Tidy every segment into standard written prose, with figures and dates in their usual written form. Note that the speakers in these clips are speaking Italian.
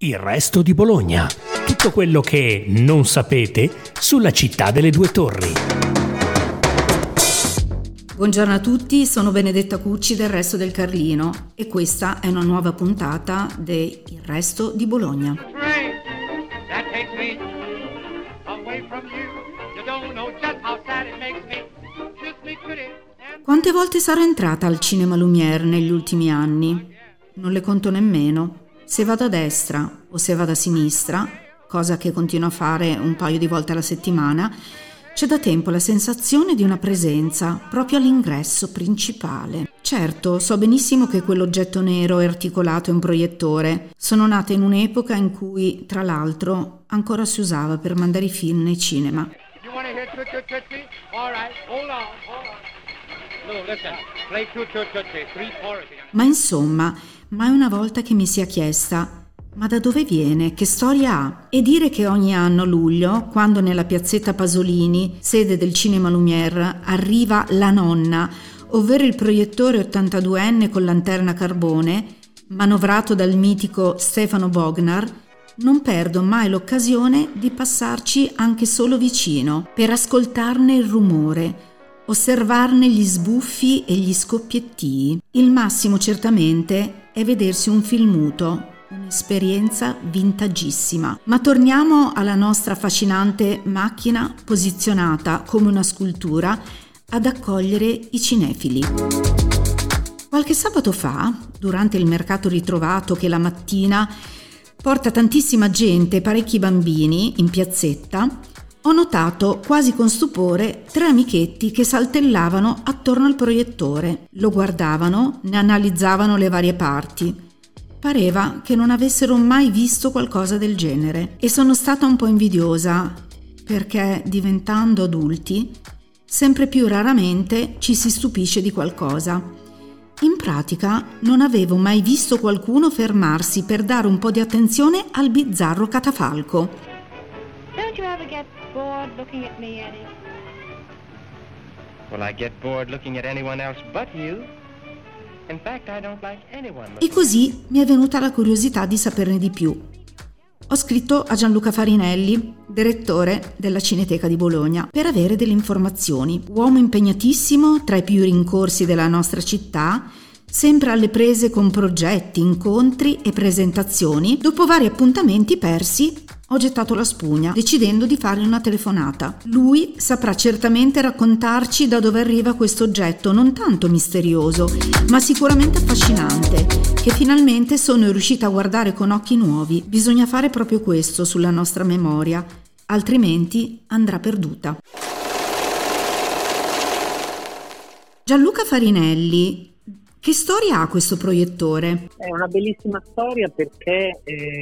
Il resto di Bologna. Tutto quello che non sapete sulla città delle due torri. Buongiorno a tutti, sono Benedetta Cucci del Resto del Carlino e questa è una nuova puntata di Il Resto di Bologna. Quante volte sarò entrata al Cinema Lumière negli ultimi anni? Non le conto nemmeno. Se vado a destra o se vado a sinistra, cosa che continuo a fare un paio di volte alla settimana, c'è da tempo la sensazione di una presenza proprio all'ingresso principale. Certo, so benissimo che quell'oggetto nero e articolato è un proiettore. Sono nata in un'epoca in cui, tra l'altro, ancora si usava per mandare i film nei cinema. Ma insomma, mai una volta che mi sia chiesta: ma da dove viene? Che storia ha? E dire che ogni anno a luglio, quando nella piazzetta Pasolini, sede del Cinema Lumière, arriva la nonna, ovvero il proiettore 82enne con lanterna a carbone, manovrato dal mitico Stefano Bognar, non perdo mai l'occasione di passarci anche solo vicino, per ascoltarne il rumore, osservarne gli sbuffi e gli scoppiettii. Il massimo certamente è vedersi un film muto, un'esperienza vintagissima. Ma torniamo alla nostra affascinante macchina posizionata come una scultura ad accogliere i cinefili. Qualche sabato fa, durante il mercato ritrovato che la mattina porta tantissima gente e parecchi bambini in piazzetta, ho notato quasi con stupore 3 amichetti che saltellavano attorno al proiettore. Lo guardavano, ne analizzavano le varie parti. Pareva che non avessero mai visto qualcosa del genere e sono stata un po' invidiosa perché, diventando adulti, sempre più raramente ci si stupisce di qualcosa. In pratica non avevo mai visto qualcuno fermarsi per dare un po' di attenzione al bizzarro catafalco. Don't you ever get bored looking at me, Eddie? Well, I get bored looking at anyone else but you. In fact, I don't like anyone. E così mi è venuta la curiosità di saperne di più. Ho scritto a Gianluca Farinelli, direttore della Cineteca di Bologna, per avere delle informazioni. Uomo impegnatissimo tra i più rincorsi della nostra città, sempre alle prese con progetti, incontri e presentazioni. Dopo vari appuntamenti persi, ho gettato la spugna, decidendo di fargli una telefonata. Lui saprà certamente raccontarci da dove arriva questo oggetto non tanto misterioso, ma sicuramente affascinante, che finalmente sono riuscita a guardare con occhi nuovi. Bisogna fare proprio questo sulla nostra memoria, altrimenti andrà perduta. Gianluca Farinelli, che storia ha questo proiettore? È una bellissima storia perché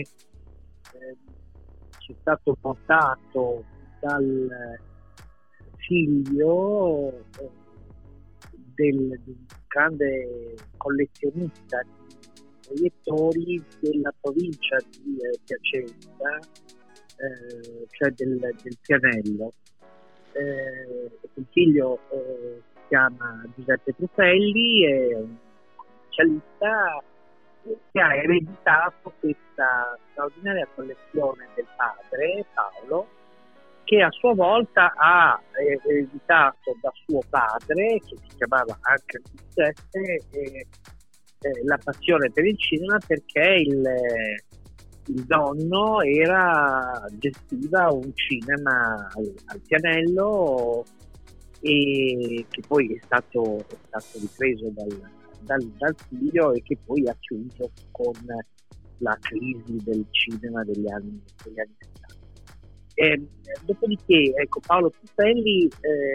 c'è stato portato dal figlio del grande collezionista di proiettori della provincia di Piacenza, cioè del Pianello. Il figlio si chiama Giuseppe Trufelli, è un commercialista che ha ereditato questa straordinaria collezione del padre Paolo, che a sua volta ha ereditato da suo padre, che si chiamava anche Giuseppe, la passione per il cinema, perché il nonno gestiva un cinema al Pianello, e che poi è stato ripreso dal figlio e che poi ha chiuso con la crisi del cinema degli anni 70. Dopodiché, ecco, Paolo Trufelli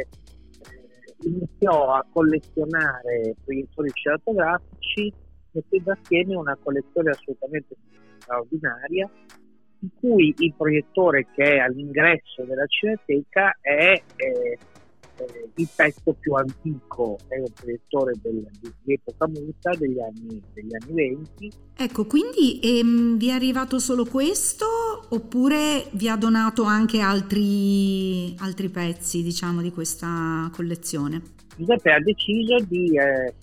iniziò a collezionare proiettori cinematografici, mettendo assieme una collezione assolutamente straordinaria, in cui il proiettore che è all'ingresso della Cineteca è il pezzo più antico, è un proiettore di epoca muta degli anni 20. Ecco, quindi vi è arrivato solo questo oppure vi ha donato anche altri pezzi, diciamo, di questa collezione? Giuseppe ha deciso di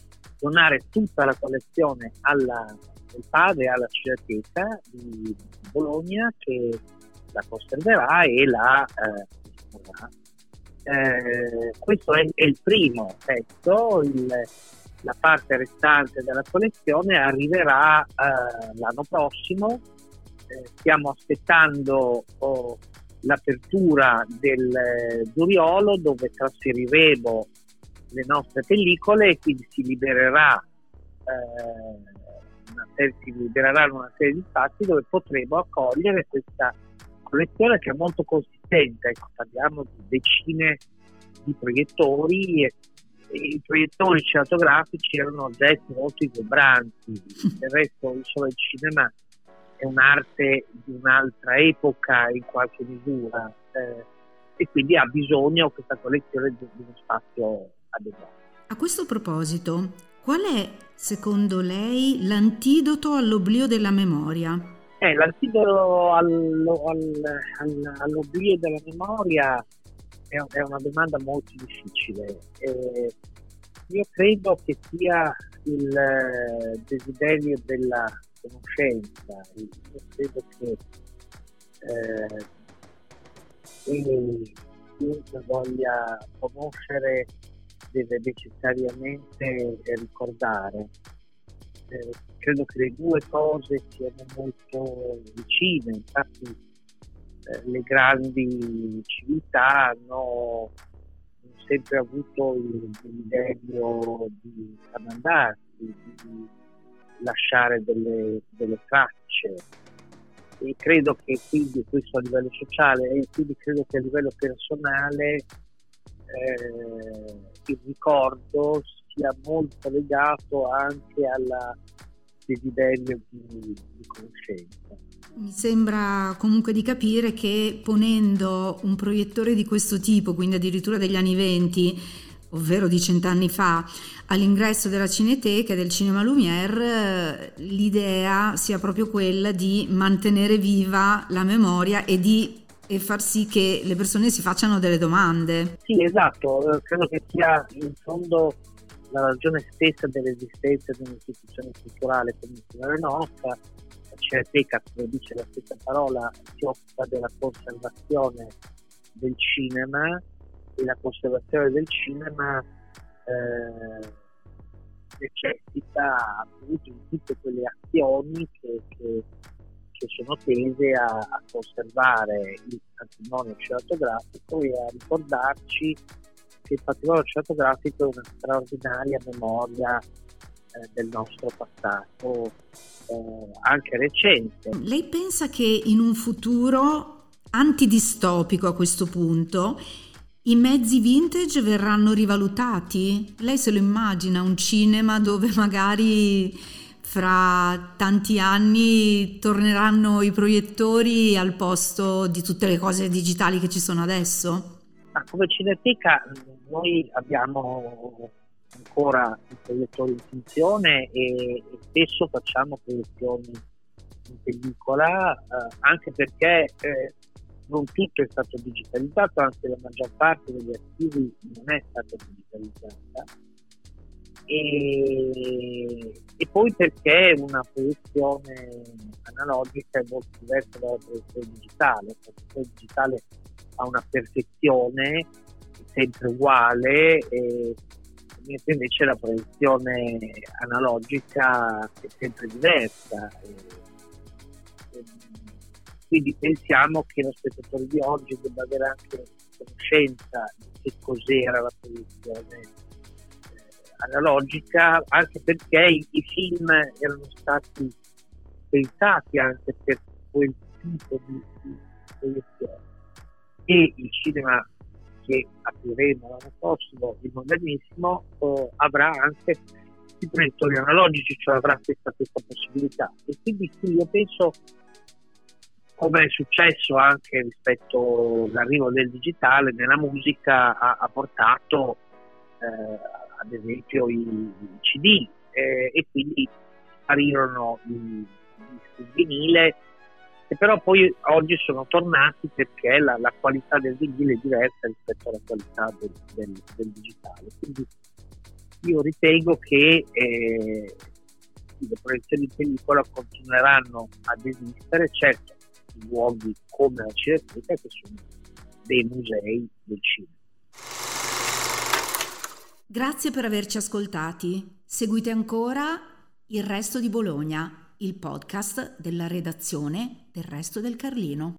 donare tutta la collezione del padre alla Cineteca, di Bologna che la conserverà e la esporrà. Questo è il primo pezzo, la parte restante della collezione arriverà l'anno prossimo. Stiamo aspettando l'apertura del Duriolo, dove trasferiremo le nostre pellicole e quindi si libereranno una serie di spazi dove potremo accogliere questa collezione che è molto consistente. Ecco, parliamo di decine di proiettori e i proiettori cinematografici erano oggetti molto ingobranti. Del resto il solo del cinema è un'arte di un'altra epoca in qualche misura, e quindi ha bisogno questa collezione di uno spazio adeguato. A questo proposito, qual è secondo lei l'antidoto all'oblio della memoria? L'antidoto all'oblio della memoria è una domanda molto difficile. Io credo che sia il desiderio della conoscenza. Io credo che chiunque voglia conoscere deve necessariamente ricordare. Credo che le due cose siano molto vicine, infatti le grandi civiltà hanno sempre avuto il desiderio di tramandarsi, di lasciare delle tracce, e credo che quindi questo a livello sociale, e quindi credo che a livello personale il ricordo sia molto legato anche al desiderio di conoscenza. Mi sembra comunque di capire che ponendo un proiettore di questo tipo, quindi addirittura degli anni 20, ovvero di 100 anni fa, all'ingresso della Cineteca e del Cinema Lumière, l'idea sia proprio quella di mantenere viva la memoria e far sì che le persone si facciano delle domande. Sì, esatto, credo che sia in fondo la ragione stessa dell'esistenza di un'istituzione culturale come la nostra. La Cineteca, come dice la stessa parola, si occupa della conservazione del cinema, e la conservazione del cinema necessita appunto di tutte quelle azioni che sono tese a conservare il patrimonio cinematografico e a ricordarci che il patrimonio cinematografico è una straordinaria memoria del nostro passato, anche recente. Lei pensa che in un futuro antidistopico a questo punto i mezzi vintage verranno rivalutati? Lei se lo immagina un cinema dove magari fra tanti anni torneranno i proiettori al posto di tutte le cose digitali che ci sono adesso? Ma come Cineteca noi abbiamo ancora i proiettori in funzione e spesso facciamo proiezioni in pellicola, anche perché non tutto è stato digitalizzato, anche la maggior parte degli archivi non è stata digitalizzata, e poi perché una proiezione analogica è molto diversa dalla proiezione digitale. La proiezione digitale ha una perfezione sempre uguale, e invece la proiezione analogica è sempre diversa. Quindi pensiamo che lo spettatore di oggi debba avere anche conoscenza di che cos'era la proiezione analogica, anche perché i film erano stati pensati anche per quel tipo di proiezione, e il cinema che apriremo l'anno prossimo, il modernissimo, avrà anche i proiettori analogici, cioè avrà questa possibilità. E quindi io penso, come è successo anche rispetto all'arrivo del digitale nella musica, ha portato ad esempio i CD, e quindi sparirono i vinile, che però poi oggi sono tornati perché la qualità del vinile è diversa rispetto alla qualità del digitale. Quindi io ritengo che le proiezioni in pellicola continueranno ad esistere. Certo, luoghi come la Cineteca, che sono dei musei del cinema. Grazie per averci ascoltati. Seguite ancora Il Resto di Bologna, il podcast della redazione del Resto del Carlino.